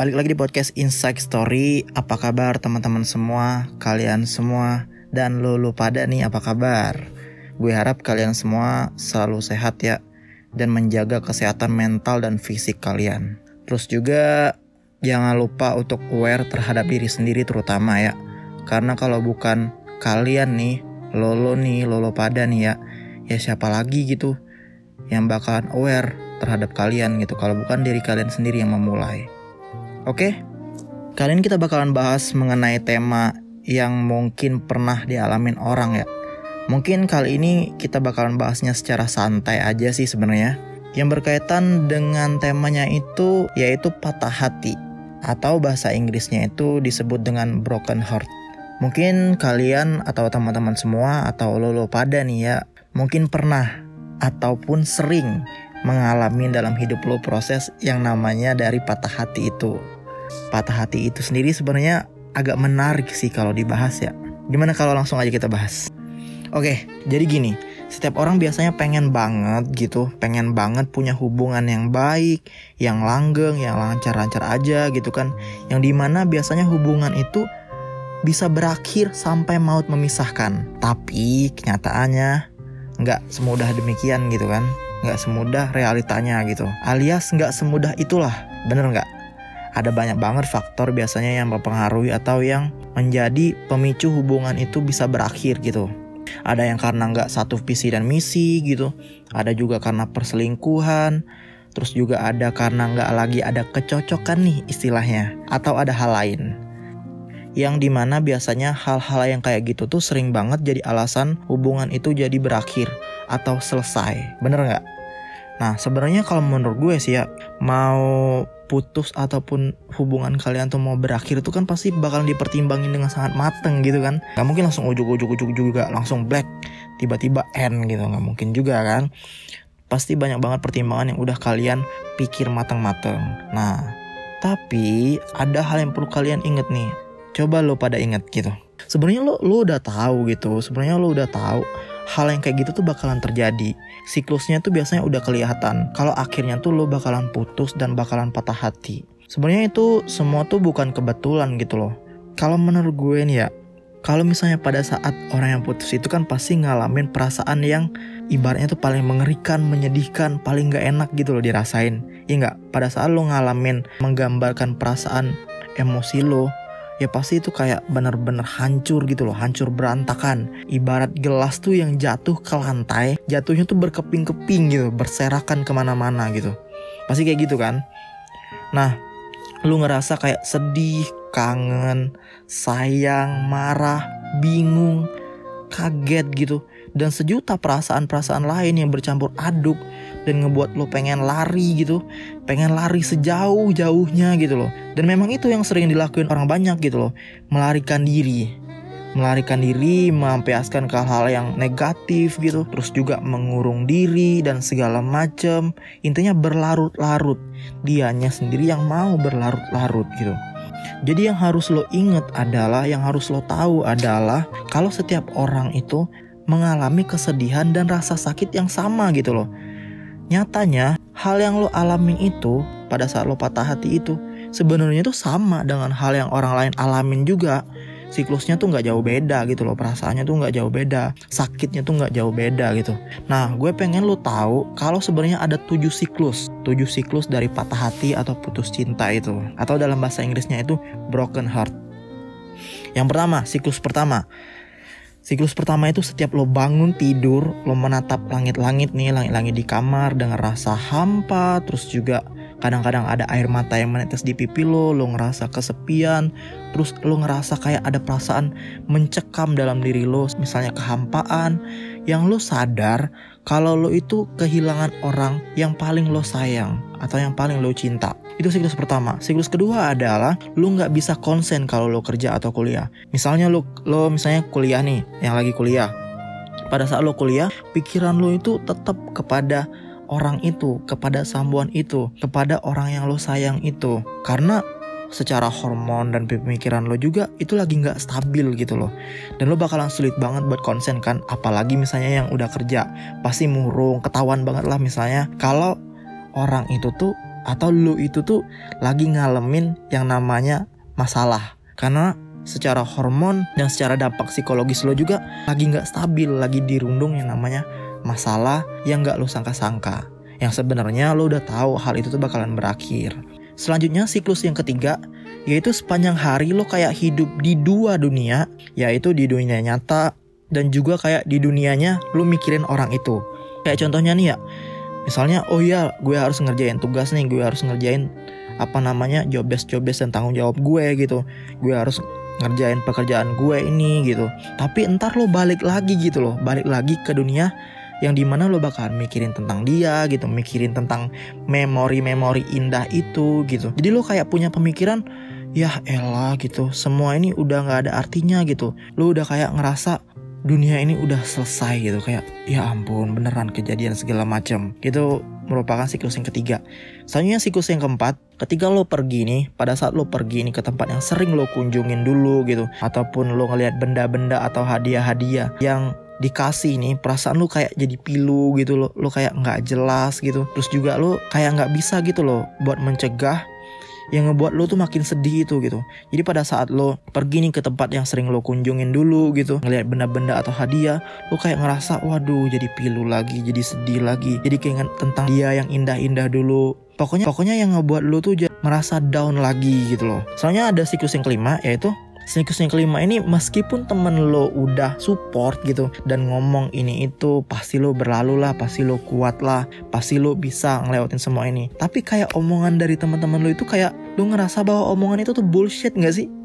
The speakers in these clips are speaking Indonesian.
Balik lagi di podcast Insight Story. Apa kabar teman-teman semua, kalian semua, dan lu pada nih apa kabar? Gue harap kalian semua selalu sehat ya, dan menjaga kesehatan mental dan fisik kalian. Terus juga jangan lupa untuk aware terhadap diri sendiri terutama ya. Karena kalau bukan kalian nih, lo pada nih ya siapa lagi gitu yang bakalan aware terhadap kalian gitu kalau bukan diri kalian sendiri yang memulai. Oke, kali ini kita bakalan bahas mengenai tema yang mungkin pernah dialamin orang ya. Mungkin kali ini kita bakalan bahasnya secara santai aja sih sebenarnya. Yang berkaitan dengan temanya itu yaitu patah hati, atau bahasa Inggrisnya itu disebut dengan broken heart. Mungkin kalian atau teman-teman semua atau lo pada nih ya, mungkin pernah ataupun sering mengalami dalam hidup lo proses yang namanya dari patah hati itu. Patah hati itu sendiri sebenarnya agak menarik sih kalau dibahas ya. Gimana kalau langsung aja kita bahas? Oke, jadi gini, setiap orang biasanya pengen banget punya hubungan yang baik, yang langgeng, yang lancar-lancar aja gitu kan. Yang dimana biasanya hubungan itu bisa berakhir sampai maut memisahkan. Tapi kenyataannya nggak semudah demikian gitu kan. Nggak semudah realitanya gitu. Alias nggak semudah itulah, bener nggak? Ada banyak banget faktor biasanya yang mempengaruhi atau yang menjadi pemicu hubungan itu bisa berakhir gitu. Ada yang karena nggak satu visi dan misi gitu. Ada juga karena perselingkuhan. Terus juga ada karena nggak lagi ada kecocokan nih istilahnya. Atau ada hal lain. Yang dimana biasanya hal-hal yang kayak gitu tuh sering banget jadi alasan hubungan itu jadi berakhir atau selesai. Bener nggak? Nah sebenarnya kalau menurut gue sih ya, mau putus ataupun hubungan kalian tuh mau berakhir itu kan pasti bakalan dipertimbangin dengan sangat mateng gitu kan. Gak mungkin langsung ujuk-ujuk juga langsung black tiba-tiba end gitu, gak mungkin juga kan. Pasti banyak banget pertimbangan yang udah kalian pikir mateng-mateng. Nah tapi ada hal yang perlu kalian inget nih. Coba lo pada inget gitu. Sebenarnya lo udah tahu gitu. Sebenarnya lo udah tahu hal yang kayak gitu tuh bakalan terjadi. Siklusnya tuh biasanya udah kelihatan. Kalau akhirnya tuh lo bakalan putus dan bakalan patah hati. Sebenarnya itu semua tuh bukan kebetulan gitu loh. Kalau menurut gue nih ya, kalau misalnya pada saat orang yang putus itu kan pasti ngalamin perasaan yang ibaratnya tuh paling mengerikan, menyedihkan, paling gak enak gitu loh dirasain. Iya gak? Pada saat lo ngalamin menggambarkan perasaan emosi lo, ya pasti itu kayak bener-bener hancur gitu loh, hancur berantakan. Ibarat gelas tuh yang jatuh ke lantai, jatuhnya tuh berkeping-keping gitu, berserakan kemana-mana gitu. Pasti kayak gitu kan. Nah, lu ngerasa kayak sedih, kangen, sayang, marah, bingung, kaget gitu. Dan sejuta perasaan-perasaan lain yang bercampur aduk dan ngebuat lo pengen lari gitu. Pengen lari sejauh-jauhnya gitu loh. Dan memang itu yang sering dilakuin orang banyak gitu loh. Melarikan diri, melampiaskan ke hal yang negatif gitu. Terus juga mengurung diri dan segala macem. Intinya berlarut-larut. Dianya sendiri yang mau berlarut-larut gitu. Jadi yang harus lo inget adalah, yang harus lo tahu adalah kalau setiap orang itu mengalami kesedihan dan rasa sakit yang sama gitu loh. Nyatanya hal yang lo alamin itu pada saat lo patah hati itu sebenarnya tuh sama dengan hal yang orang lain alamin juga. Siklusnya tuh gak jauh beda gitu loh. Perasaannya tuh gak jauh beda. Sakitnya tuh gak jauh beda gitu. Nah gue pengen lo tahu kalau sebenarnya ada 7 siklus dari patah hati atau putus cinta itu. Atau dalam bahasa Inggrisnya itu broken heart. Yang pertama, Siklus pertama itu setiap lo bangun tidur, lo menatap langit-langit di kamar dengan rasa hampa. Terus juga kadang-kadang ada air mata yang menetes di pipi lo ngerasa kesepian. Terus lo ngerasa kayak ada perasaan mencekam dalam diri lo, misalnya kehampaan. Yang lo sadar kalau lo itu kehilangan orang yang paling lo sayang atau yang paling lo cinta. Itu siklus pertama. Siklus kedua adalah lo gak bisa konsen kalau lo kerja atau kuliah. Misalnya lo misalnya kuliah nih, yang lagi kuliah. Pada saat lo kuliah, pikiran lo itu tetap kepada orang itu, kepada sambuan itu, kepada orang yang lo sayang itu. Karena secara hormon dan pemikiran lo juga itu lagi gak stabil gitu loh. Dan lo bakalan sulit banget buat konsen kan. Apalagi misalnya yang udah kerja, pasti murung, ketahuan banget lah misalnya kalau orang itu tuh atau lu itu tuh lagi ngalamin yang namanya masalah. Karena secara hormon dan secara dampak psikologis lo juga lagi gak stabil, lagi dirundung yang namanya masalah yang gak lo sangka-sangka, yang sebenarnya lo udah tahu hal itu tuh bakalan berakhir. Selanjutnya siklus yang ketiga, yaitu sepanjang hari lo kayak hidup di dua dunia, yaitu di dunia nyata dan juga kayak di dunianya lo mikirin orang itu. Kayak contohnya nih ya, misalnya oh iya gue harus ngerjain tugas nih, gue harus ngerjain job desk dan tanggung jawab gue gitu, gue harus ngerjain pekerjaan gue ini gitu. Tapi entar lo balik lagi ke dunia yang dimana lo bakal mikirin tentang dia gitu, mikirin tentang memori-memori indah itu gitu. Jadi lo kayak punya pemikiran, ya elah gitu, semua ini udah gak ada artinya gitu. Lo udah kayak ngerasa dunia ini udah selesai gitu, kayak ya ampun beneran kejadian segala macam. Itu merupakan siklus yang ketiga. Selanjutnya siklus yang keempat, ketika lo pergi nih, pada saat lo pergi nih ke tempat yang sering lo kunjungin dulu gitu, ataupun lo ngelihat benda-benda atau hadiah-hadiah yang dikasih nih, perasaan lo kayak jadi pilu gitu, lo kayak nggak jelas gitu. Terus juga lo kayak nggak bisa gitu lo buat mencegah yang ngebuat lo tuh makin sedih itu gitu. Jadi pada saat lo pergi nih ke tempat yang sering lo kunjungin dulu gitu, ngelihat benda-benda atau hadiah, lo kayak ngerasa waduh jadi pilu lagi, jadi sedih lagi, jadi keinget tentang dia yang indah-indah dulu. Pokoknya yang ngebuat lo tuh merasa down lagi gitu loh. Soalnya ada siklus yang kelima, yaitu siklus yang kelima ini meskipun temen lo udah support gitu dan ngomong ini itu, pasti lo berlalu lah, pasti lo kuat lah, pasti lo bisa ngelewatin semua ini, tapi kayak omongan dari teman-teman lo itu kayak lo ngerasa bahwa omongan itu tuh bullshit gak sih?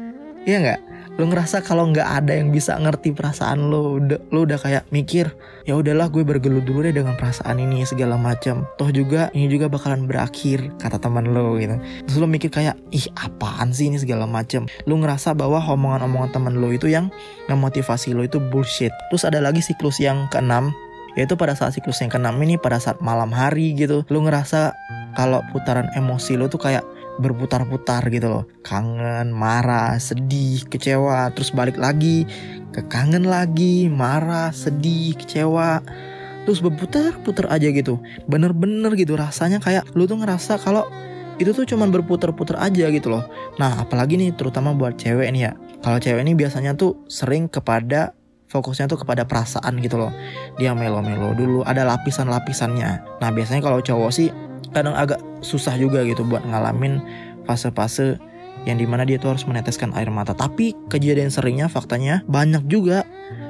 Iya gak? Lo ngerasa kalau gak ada yang bisa ngerti perasaan lo udah kayak mikir, ya udahlah gue bergelut dulu deh dengan perasaan ini segala macam. Toh juga ini juga bakalan berakhir, kata teman lo gitu. Terus lo mikir kayak, ih apaan sih ini segala macam. Lo ngerasa bahwa omongan-omongan teman lo itu yang ngemotivasi lo itu bullshit. Terus ada lagi siklus yang keenam, yaitu pada saat siklus yang keenam ini pada saat malam hari gitu, lo ngerasa kalau putaran emosi lo tuh kayak berputar-putar gitu loh. Kangen, marah, sedih, kecewa, terus balik lagi ke kangen lagi, marah, sedih, kecewa, terus berputar-putar aja gitu. Bener-bener gitu rasanya kayak lu tuh ngerasa kalau itu tuh cuman berputar-putar aja gitu loh. Nah apalagi nih terutama buat cewek nih ya. Kalau cewek ini biasanya tuh sering fokusnya tuh kepada perasaan gitu loh. Dia melo-melo dulu, ada lapisan-lapisannya. Nah biasanya kalau cowok sih kadang agak susah juga gitu buat ngalamin fase-fase yang dimana dia tuh harus meneteskan air mata. Tapi kejadian seringnya faktanya banyak juga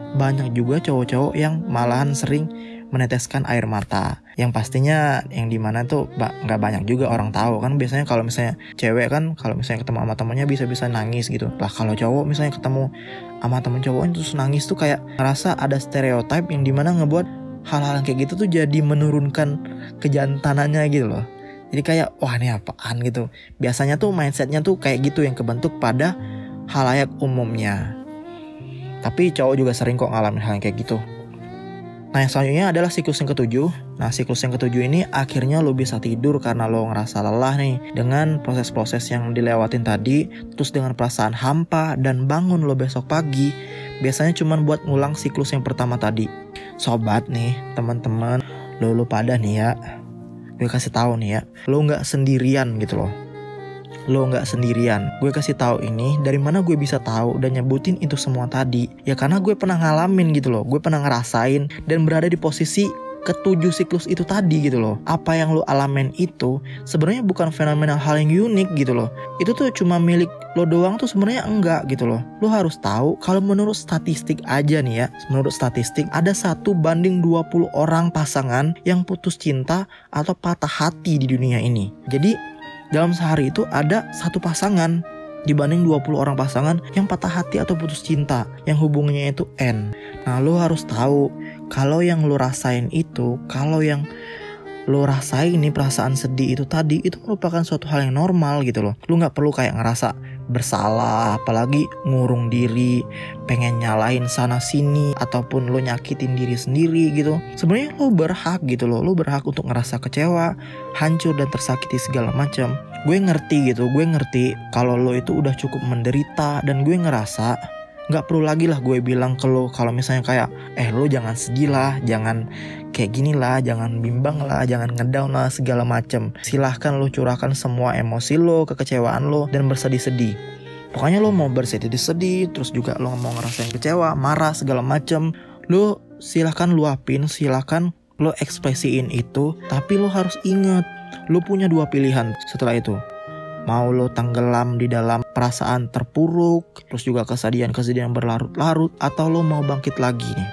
cowok-cowok yang malahan sering meneteskan air mata. Yang pastinya yang dimana tuh gak banyak juga orang tahu kan. Biasanya kalau misalnya cewek kan, kalau misalnya ketemu sama temannya bisa-bisa nangis gitu. Lah kalau cowok misalnya ketemu sama temen cowoknya terus nangis tuh kayak ngerasa ada stereotype yang dimana ngebuat hal-hal yang kayak gitu tuh jadi menurunkan kejantanannya gitu loh. Jadi kayak wah ini apaan gitu. Biasanya tuh mindsetnya tuh kayak gitu yang kebentuk pada halayak umumnya. Tapi cowok juga sering kok ngalamin hal yang kayak gitu. Nah yang selanjutnya adalah siklus yang ketujuh. Nah siklus yang ketujuh ini akhirnya lo bisa tidur karena lo ngerasa lelah nih dengan proses-proses yang dilewatin tadi. Terus dengan perasaan hampa dan bangun lo besok pagi biasanya cuman buat ngulang siklus yang pertama tadi. Sobat nih, teman-teman, lo pada nih ya, gue kasih tahu nih ya, lo nggak sendirian gitu loh. Lo nggak sendirian. Gue kasih tahu ini dari mana gue bisa tahu dan nyebutin itu semua tadi? Ya karena gue pernah ngalamin gitu loh. Gue pernah ngerasain dan berada di posisi ketujuh siklus itu tadi gitu loh. Apa yang lo alamin itu sebenarnya bukan fenomena hal yang unik gitu loh. Itu tuh cuma milik lo doang tuh sebenarnya enggak gitu loh. Lo harus tahu kalau menurut statistik aja nih ya, menurut statistik ada 1/20 orang pasangan yang putus cinta atau patah hati di dunia ini. Jadi dalam sehari itu ada 1 pasangan dibanding 20 orang pasangan yang patah hati atau putus cinta yang hubungannya itu end. Nah lo harus tahu kalau yang lo rasain itu, kalau yang lo rasain nih perasaan sedih itu tadi, itu merupakan suatu hal yang normal gitu loh. Lo gak perlu kayak ngerasa bersalah, apalagi ngurung diri, pengen nyalain sana sini, ataupun lo nyakitin diri sendiri gitu. Sebenarnya lo berhak gitu loh, lo berhak untuk ngerasa kecewa, hancur dan tersakiti segala macam. Gue ngerti gitu, gue ngerti kalau lo itu udah cukup menderita, dan gue ngerasa Gak perlu lagi lah gue bilang ke lo kalau misalnya kayak lo jangan sedih lah, jangan kayak gini lah, jangan bimbang lah, jangan ngedown lah segala macem. Silahkan lo curahkan semua emosi lo, kekecewaan lo, dan bersedih-sedih. Pokoknya lo mau bersedih-sedih, terus juga lo mau ngerasain kecewa, marah segala macem, lo silahkan luapin, silahkan lo ekspresiin itu. Tapi lo harus ingat, lo punya 2 pilihan setelah itu. Mau lo tenggelam di dalam perasaan terpuruk, terus juga kesedihan berlarut-larut, atau lo mau bangkit lagi nih.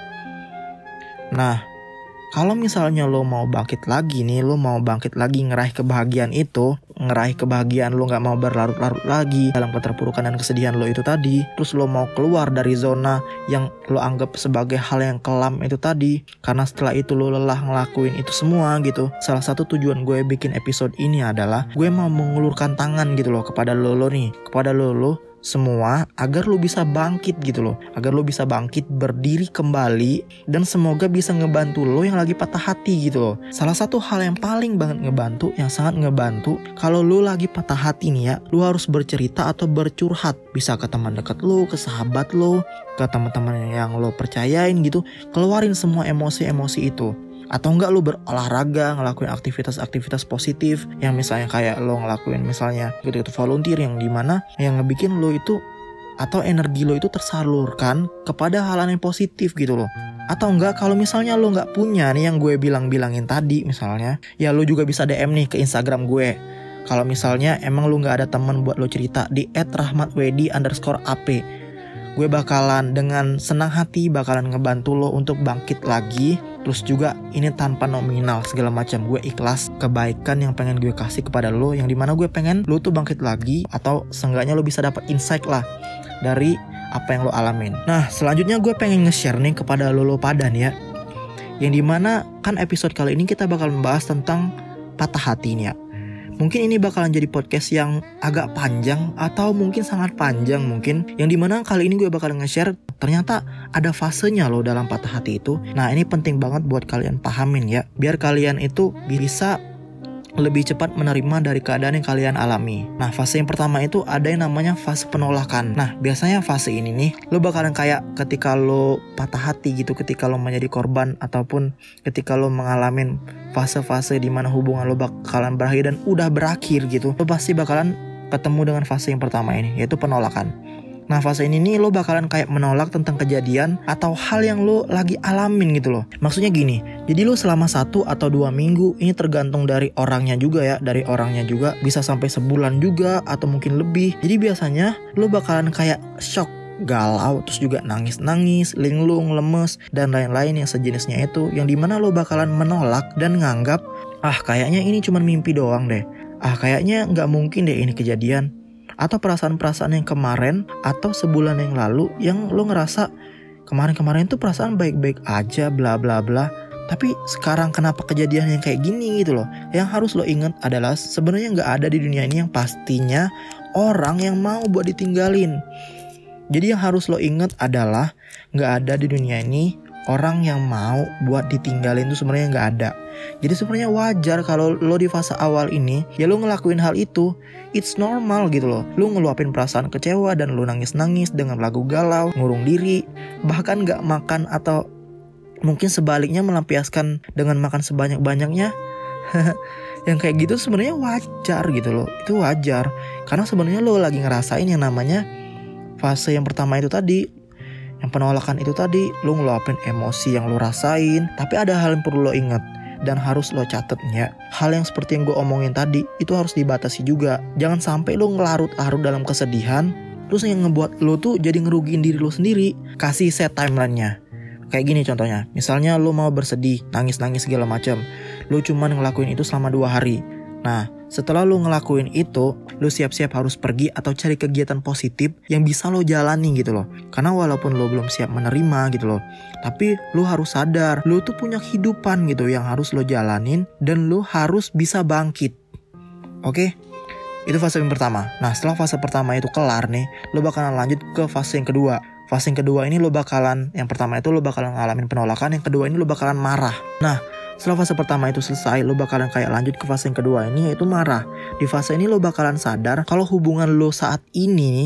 Nah, kalau misalnya lo mau bangkit lagi nih, lo mau bangkit lagi ngeraih kebahagiaan itu, ngeraih kebahagiaan lo gak mau berlarut-larut lagi dalam keterpurukan dan kesedihan lo itu tadi, terus lo mau keluar dari zona yang lo anggap sebagai hal yang kelam itu tadi, karena setelah itu lo lelah ngelakuin itu semua gitu. Salah satu tujuan gue bikin episode ini adalah gue mau mengulurkan tangan gitu loh kepada lo nih, kepada lo semua, agar lo bisa bangkit gitu loh, agar lo bisa bangkit, berdiri kembali, dan semoga bisa ngebantu lo yang lagi patah hati gitu loh. Salah satu hal yang paling banget ngebantu, yang sangat ngebantu, kalau lo lagi patah hati nih ya, lo harus bercerita atau bercurhat, bisa ke teman dekat lo, ke sahabat lo, ke teman-teman yang lo percayain gitu, keluarin semua emosi-emosi itu. Atau enggak lo berolahraga, ngelakuin aktivitas-aktivitas positif yang misalnya kayak lo ngelakuin misalnya gitu volunteer, yang dimana yang ngebikin lo itu atau energi lo itu tersalurkan kepada hal yang positif gitu loh. Atau enggak kalau misalnya lo nggak punya nih yang gue bilangin tadi misalnya, ya lo juga bisa DM nih ke Instagram gue. Kalau misalnya emang lo nggak ada teman buat lo cerita, di @rahmatwedi_ap. Gue bakalan dengan senang hati bakalan ngebantu lo untuk bangkit lagi. Terus juga ini tanpa nominal segala macam, gue ikhlas kebaikan yang pengen gue kasih kepada lo, yang dimana gue pengen lo tuh bangkit lagi, atau seenggaknya lo bisa dapat insight lah dari apa yang lo alamin. Nah selanjutnya gue pengen nge-share nih kepada lo pada nih ya, yang dimana kan episode kali ini kita bakal membahas tentang patah hati nih ya. Mungkin ini bakalan jadi podcast yang agak panjang atau mungkin sangat panjang mungkin, yang dimana kali ini gue bakalan nge-share ternyata ada fasenya loh dalam patah hati itu. Nah ini penting banget buat kalian pahamin ya, biar kalian itu bisa lebih cepat menerima dari keadaan yang kalian alami. Nah fase yang pertama itu ada yang namanya fase penolakan. Nah biasanya fase ini nih lo bakalan kayak ketika lo patah hati gitu, ketika lo menjadi korban, ataupun ketika lo mengalami fase-fase dimana hubungan lo bakalan berakhir dan udah berakhir gitu, lo pasti bakalan ketemu dengan fase yang pertama ini, yaitu penolakan. Nah fase ini nih lo bakalan kayak menolak tentang kejadian atau hal yang lo lagi alamin gitu loh. Maksudnya gini, jadi lo selama 1 atau 2 minggu, ini tergantung dari orangnya juga ya, dari orangnya juga bisa sampai sebulan juga atau mungkin lebih. Jadi biasanya lo bakalan kayak shock, galau, terus juga nangis-nangis, linglung, lemes, dan lain-lain yang sejenisnya itu, yang dimana lo bakalan menolak dan nganggap kayaknya ini cuma mimpi doang deh, kayaknya gak mungkin deh ini kejadian. Atau perasaan-perasaan yang kemarin atau sebulan yang lalu yang lo ngerasa kemarin-kemarin tuh perasaan baik-baik aja bla bla bla, tapi sekarang kenapa kejadian yang kayak gini gitu loh. Yang harus lo ingat adalah sebenarnya gak ada di dunia ini yang pastinya orang yang mau buat ditinggalin. Jadi yang harus lo ingat adalah gak ada di dunia ini orang yang mau buat ditinggalin itu sebenarnya gak ada. Jadi sebenarnya wajar kalau lo di fase awal ini ya lo ngelakuin hal itu, it's normal gitu loh. Lo ngeluapin perasaan kecewa dan lo nangis-nangis dengan lagu galau, ngurung diri, bahkan gak makan, atau mungkin sebaliknya melampiaskan dengan makan sebanyak-banyaknya. Yang kayak gitu sebenarnya wajar gitu loh. Itu wajar karena sebenarnya lo lagi ngerasain yang namanya fase yang pertama itu tadi, yang penolakan itu tadi. Lo ngeluapin emosi yang lo rasain, tapi ada hal yang perlu lo ingat dan harus lo catet ya. Hal yang seperti yang gue omongin tadi itu harus dibatasi juga. Jangan sampai lo ngelarut-larut dalam kesedihan, terus yang ngebuat lo tuh jadi ngerugiin diri lo sendiri. Kasih set timelinenya. Kayak gini contohnya, misalnya lo mau bersedih, nangis-nangis segala macam, lo cuman ngelakuin itu selama 2 hari. Nah setelah lo ngelakuin itu, lo siap-siap harus pergi atau cari kegiatan positif yang bisa lo jalani gitu loh. Karena walaupun lo belum siap menerima gitu loh, tapi lo harus sadar lo tuh punya kehidupan gitu yang harus lo jalanin, dan lo harus bisa bangkit. Oke? Itu fase yang pertama. Nah setelah fase pertama itu kelar nih, lo bakalan lanjut ke fase yang kedua. Fase yang kedua ini lo bakalan, yang pertama itu lo bakalan ngalamin penolakan, yang kedua ini lo bakalan marah. Nah Setelah fase pertama itu selesai, lo bakalan kayak lanjut ke fase yang kedua ini, yaitu marah. Di fase ini lo bakalan sadar kalau hubungan lo saat ini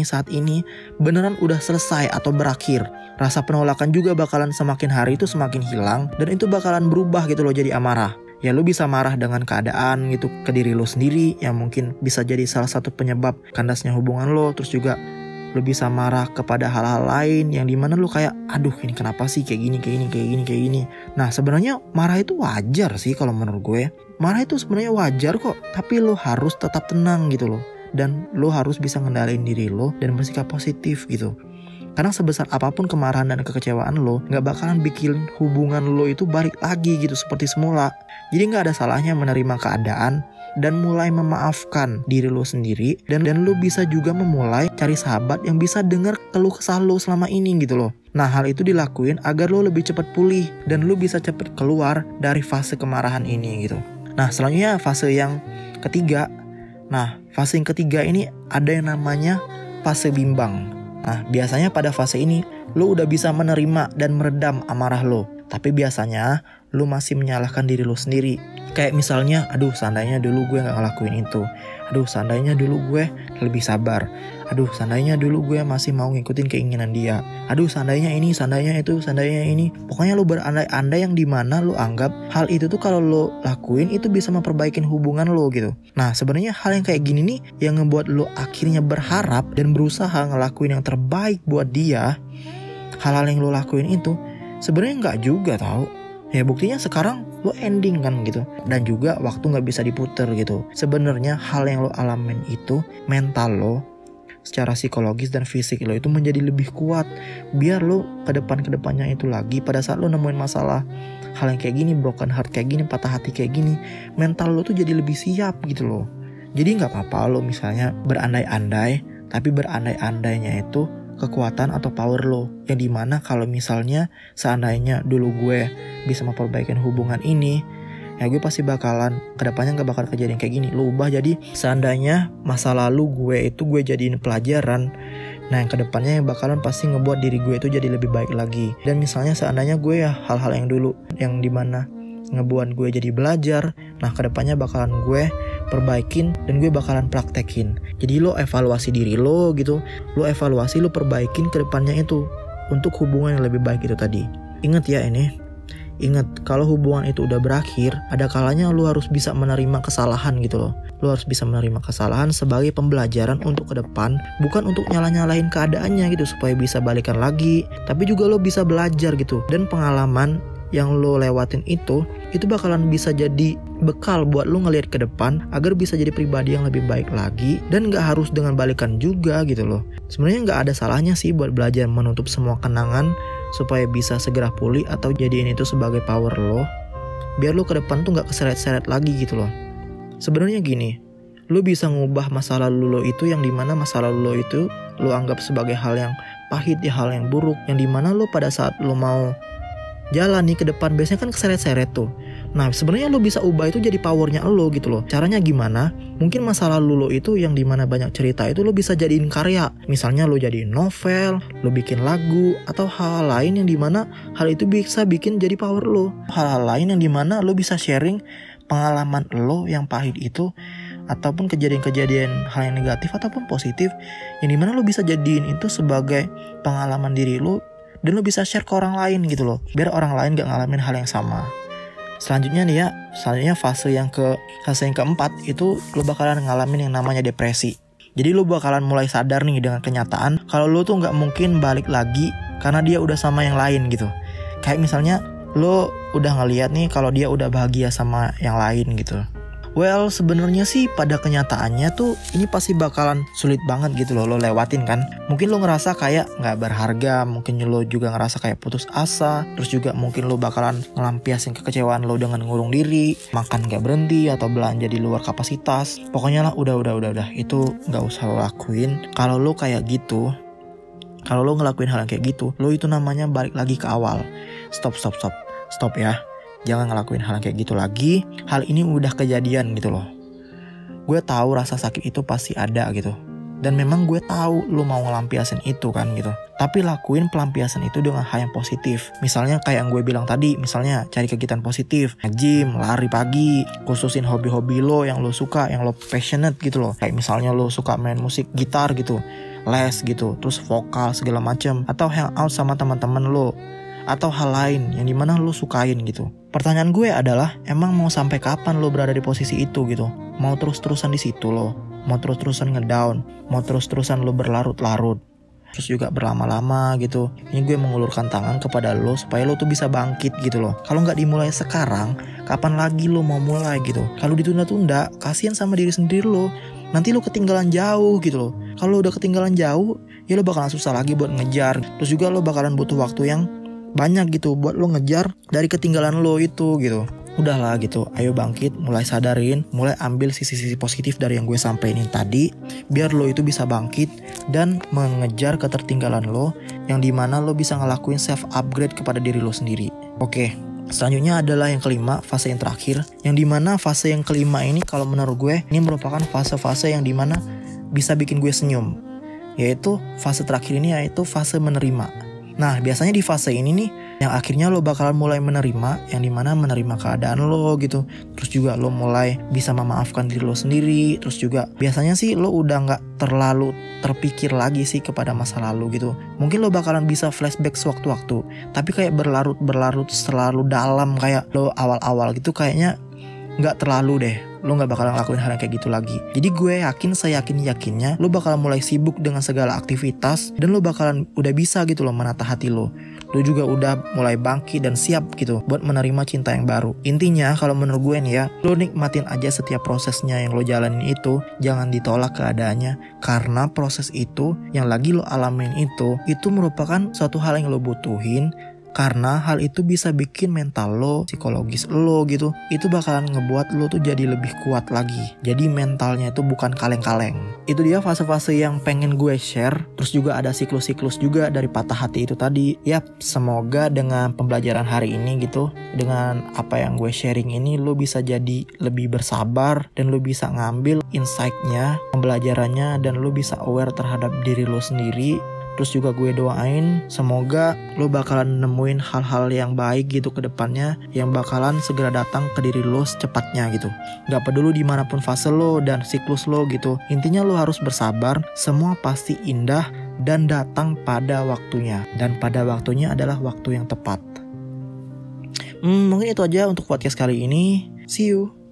beneran udah selesai atau berakhir. Rasa penolakan juga bakalan semakin hari itu semakin hilang, dan itu bakalan berubah gitu lo jadi amarah. Ya lo bisa marah dengan keadaan gitu, ke diri lo sendiri yang mungkin bisa jadi salah satu penyebab kandasnya hubungan lo. Terus juga lo bisa marah kepada hal-hal lain yang dimana lo kayak, aduh ini kenapa sih kayak gini. Nah sebenarnya marah itu wajar sih kalau menurut gue. Marah itu sebenarnya wajar kok, tapi lo harus tetap tenang gitu loh. Dan lo harus bisa ngendaliin diri lo dan bersikap positif gitu. Karena sebesar apapun kemarahan dan kekecewaan lo, gak bakalan bikin hubungan lo itu balik lagi gitu seperti semula. Jadi gak ada salahnya menerima keadaan dan mulai memaafkan diri lo sendiri. Dan lo bisa juga memulai cari sahabat yang bisa dengar keluh kesah lo selama ini gitu loh. Nah hal itu dilakuin agar lo lebih cepat pulih dan lo bisa cepat keluar dari fase kemarahan ini gitu. Nah selanjutnya fase yang ketiga. Nah fase yang ketiga ini ada yang namanya fase bimbang. Nah biasanya pada fase ini lo udah bisa menerima dan meredam amarah lo. Tapi biasanya lo masih menyalahkan diri lo sendiri. Kayak misalnya, aduh seandainya dulu gue gak ngelakuin itu. Aduh seandainya dulu gue lebih sabar. Aduh seandainya dulu gue masih mau ngikutin keinginan dia. Aduh seandainya ini, seandainya itu, seandainya ini. Pokoknya lo berandai-andai yang dimana lo anggap hal itu tuh kalau lo lakuin itu bisa memperbaiki hubungan lo gitu. Nah sebenarnya hal yang kayak gini nih yang ngebuat lo akhirnya berharap dan berusaha ngelakuin yang terbaik buat dia. Hal-hal yang lo lakuin itu sebenarnya nggak juga tau. Ya buktinya sekarang lo ending kan gitu. Dan juga waktu gak bisa diputer gitu. Sebenarnya hal yang lo alamin itu mental lo secara psikologis dan fisik lo itu menjadi lebih kuat. Biar lo kedepannya itu lagi pada saat lo nemuin masalah hal yang kayak gini, broken heart kayak gini, patah hati kayak gini, mental lo tuh jadi lebih siap gitu loh. Jadi gak apa-apa lo misalnya berandai-andai, tapi berandai-andainya itu kekuatan atau power lo, yang dimana kalau misalnya seandainya dulu gue bisa memperbaiki hubungan ini, ya gue pasti bakalan kedepannya gak bakal kejadian kayak gini. Lo ubah jadi seandainya masa lalu gue itu gue jadiin pelajaran, nah yang kedepannya yang bakalan pasti ngebuat diri gue itu jadi lebih baik lagi. Dan misalnya seandainya gue ya hal-hal yang dulu yang dimana ngebuat gue jadi belajar, nah kedepannya bakalan gue perbaikin dan gue bakalan praktekin. Jadi lo evaluasi diri lo gitu, lo evaluasi, lo perbaikin kedepannya itu untuk hubungan yang lebih baik itu tadi. Ingat ya ini, ingat kalau hubungan itu udah berakhir, ada kalanya lo harus bisa menerima kesalahan gitu loh. Lo harus bisa menerima kesalahan sebagai pembelajaran untuk ke depan, bukan untuk nyalah-nyalahin keadaannya gitu supaya bisa balikan lagi, tapi juga lo bisa belajar gitu. Dan pengalaman yang lo lewatin itu bakalan bisa jadi bekal buat lo ngelihat ke depan agar bisa jadi pribadi yang lebih baik lagi. Dan gak harus dengan balikan juga gitu loh. Sebenarnya gak ada salahnya sih buat belajar menutup semua kenangan supaya bisa segera pulih atau jadiin itu sebagai power lo, biar lo ke depan tuh gak keseret-seret lagi gitu loh. Sebenarnya gini, lo bisa ngubah masa lalu lo itu yang dimana masa lalu lo itu lo anggap sebagai hal yang pahit ya, hal yang buruk, yang dimana lo pada saat lo mau jalan nih ke depan biasanya kan keseret-seret tuh. Nah sebenarnya lo bisa ubah itu jadi powernya lo gitu loh. Caranya gimana? Mungkin masa lalu lo itu yang dimana banyak cerita itu lo bisa jadiin karya. Misalnya lo jadiin novel, lo bikin lagu, atau hal-hal lain yang dimana hal itu bisa bikin jadi power lo. Hal-hal lain yang dimana lo bisa sharing pengalaman lo yang pahit itu, ataupun kejadian-kejadian hal yang negatif ataupun positif, yang dimana lo bisa jadiin itu sebagai pengalaman diri lo. Dan lo bisa share ke orang lain gitu loh, biar orang lain gak ngalamin hal yang sama. Selanjutnya nih ya, fase yang keempat itu lo bakalan ngalamin yang namanya depresi. Jadi lo bakalan mulai sadar nih dengan kenyataan kalau lo tuh gak mungkin balik lagi karena dia udah sama yang lain gitu. Kayak misalnya lo udah ngeliat nih kalau dia udah bahagia sama yang lain gitu. Well sebenarnya sih pada kenyataannya tuh ini pasti bakalan sulit banget gitu loh lo lewatin kan. Mungkin lo ngerasa kayak gak berharga, mungkin lo juga ngerasa kayak putus asa. Terus juga mungkin lo bakalan ngelampiasin kekecewaan lo dengan ngurung diri, makan gak berhenti, atau belanja di luar kapasitas. Pokoknya lah udah itu gak usah lo lakuin. Kalau lo kayak gitu, kalau lo ngelakuin hal yang kayak gitu, lo itu namanya balik lagi ke awal. Stop ya. Jangan ngelakuin hal yang kayak gitu lagi. Hal ini udah kejadian gitu loh. Gue tahu rasa sakit itu pasti ada gitu. Dan memang gue tahu lo mau ngelampiasin itu kan gitu. Tapi lakuin pelampiasan itu dengan hal yang positif. Misalnya kayak yang gue bilang tadi, misalnya cari kegiatan positif, nge-gym, lari pagi, khususin hobi-hobi lo yang lo suka, yang lo passionate gitu loh. Kayak misalnya lo suka main musik gitar gitu, les gitu, terus vokal segala macam, atau hangout sama teman-teman lo, atau hal lain yang dimana lo sukain gitu. Pertanyaan gue adalah, emang mau sampai kapan lo berada di posisi itu gitu? Mau terus-terusan di situ lo? Mau terus-terusan ngedown? Mau terus-terusan lo berlarut-larut? Terus juga berlama-lama gitu. Ini gue mengulurkan tangan kepada lo supaya lo tuh bisa bangkit gitu loh. Kalau nggak dimulai sekarang, kapan lagi lo mau mulai gitu? Kalau ditunda-tunda, kasihan sama diri sendiri lo. Nanti lo ketinggalan jauh gitu loh. Kalau udah ketinggalan jauh, ya lo bakalan susah lagi buat ngejar. Terus juga lo bakalan butuh waktu yang banyak gitu buat lo ngejar dari ketinggalan lo itu gitu. Udahlah gitu, ayo bangkit, mulai sadarin, mulai ambil sisi-sisi positif dari yang gue sampeinin tadi, biar lo itu bisa bangkit dan mengejar ketertinggalan lo, yang dimana lo bisa ngelakuin self upgrade kepada diri lo sendiri. Oke, selanjutnya adalah yang kelima, fase yang terakhir, yang dimana fase yang kelima ini kalau menurut gue ini merupakan fase-fase yang dimana bisa bikin gue senyum, yaitu fase terakhir ini yaitu fase menerima. Nah, biasanya di fase ini nih, yang akhirnya lo bakalan mulai menerima, yang dimana menerima keadaan lo gitu. Terus juga lo mulai bisa memaafkan diri lo sendiri. Terus juga biasanya sih lo udah gak terlalu terpikir lagi sih kepada masa lalu gitu. Mungkin lo bakalan bisa flashback sewaktu-waktu, tapi kayak berlarut-berlarut selalu dalam, kayak lo awal-awal gitu kayaknya gak terlalu deh. Lo gak bakalan ngelakuin hal yang kayak gitu lagi. Jadi gue yakin, seyakin-yakinnya lo bakalan mulai sibuk dengan segala aktivitas, dan lo bakalan udah bisa gitu loh menata hati lo. Lo juga udah mulai bangkit dan siap gitu buat menerima cinta yang baru. Intinya kalau menurut gue nih ya, lo nikmatin aja setiap prosesnya yang lo jalanin itu. Jangan ditolak keadaannya, karena proses itu yang lagi lo alamin itu merupakan suatu hal yang lo butuhin. Karena hal itu bisa bikin mental lo, psikologis lo gitu, itu bakalan ngebuat lo tuh jadi lebih kuat lagi. Jadi mentalnya itu bukan kaleng-kaleng. Itu dia fase-fase yang pengen gue share. Terus juga ada siklus-siklus juga dari patah hati itu tadi. Yap, semoga dengan pembelajaran hari ini gitu, dengan apa yang gue sharing ini, lo bisa jadi lebih bersabar, dan lo bisa ngambil insight-nya, pembelajarannya, dan lo bisa aware terhadap diri lo sendiri. Terus juga gue doain semoga lo bakalan nemuin hal-hal yang baik gitu ke depannya, yang bakalan segera datang ke diri lo secepatnya gitu. Gak peduli dimanapun fase lo dan siklus lo gitu, intinya lo harus bersabar. Semua pasti indah dan datang pada waktunya, dan pada waktunya adalah waktu yang tepat. Mungkin itu aja untuk podcast kali ini. See you.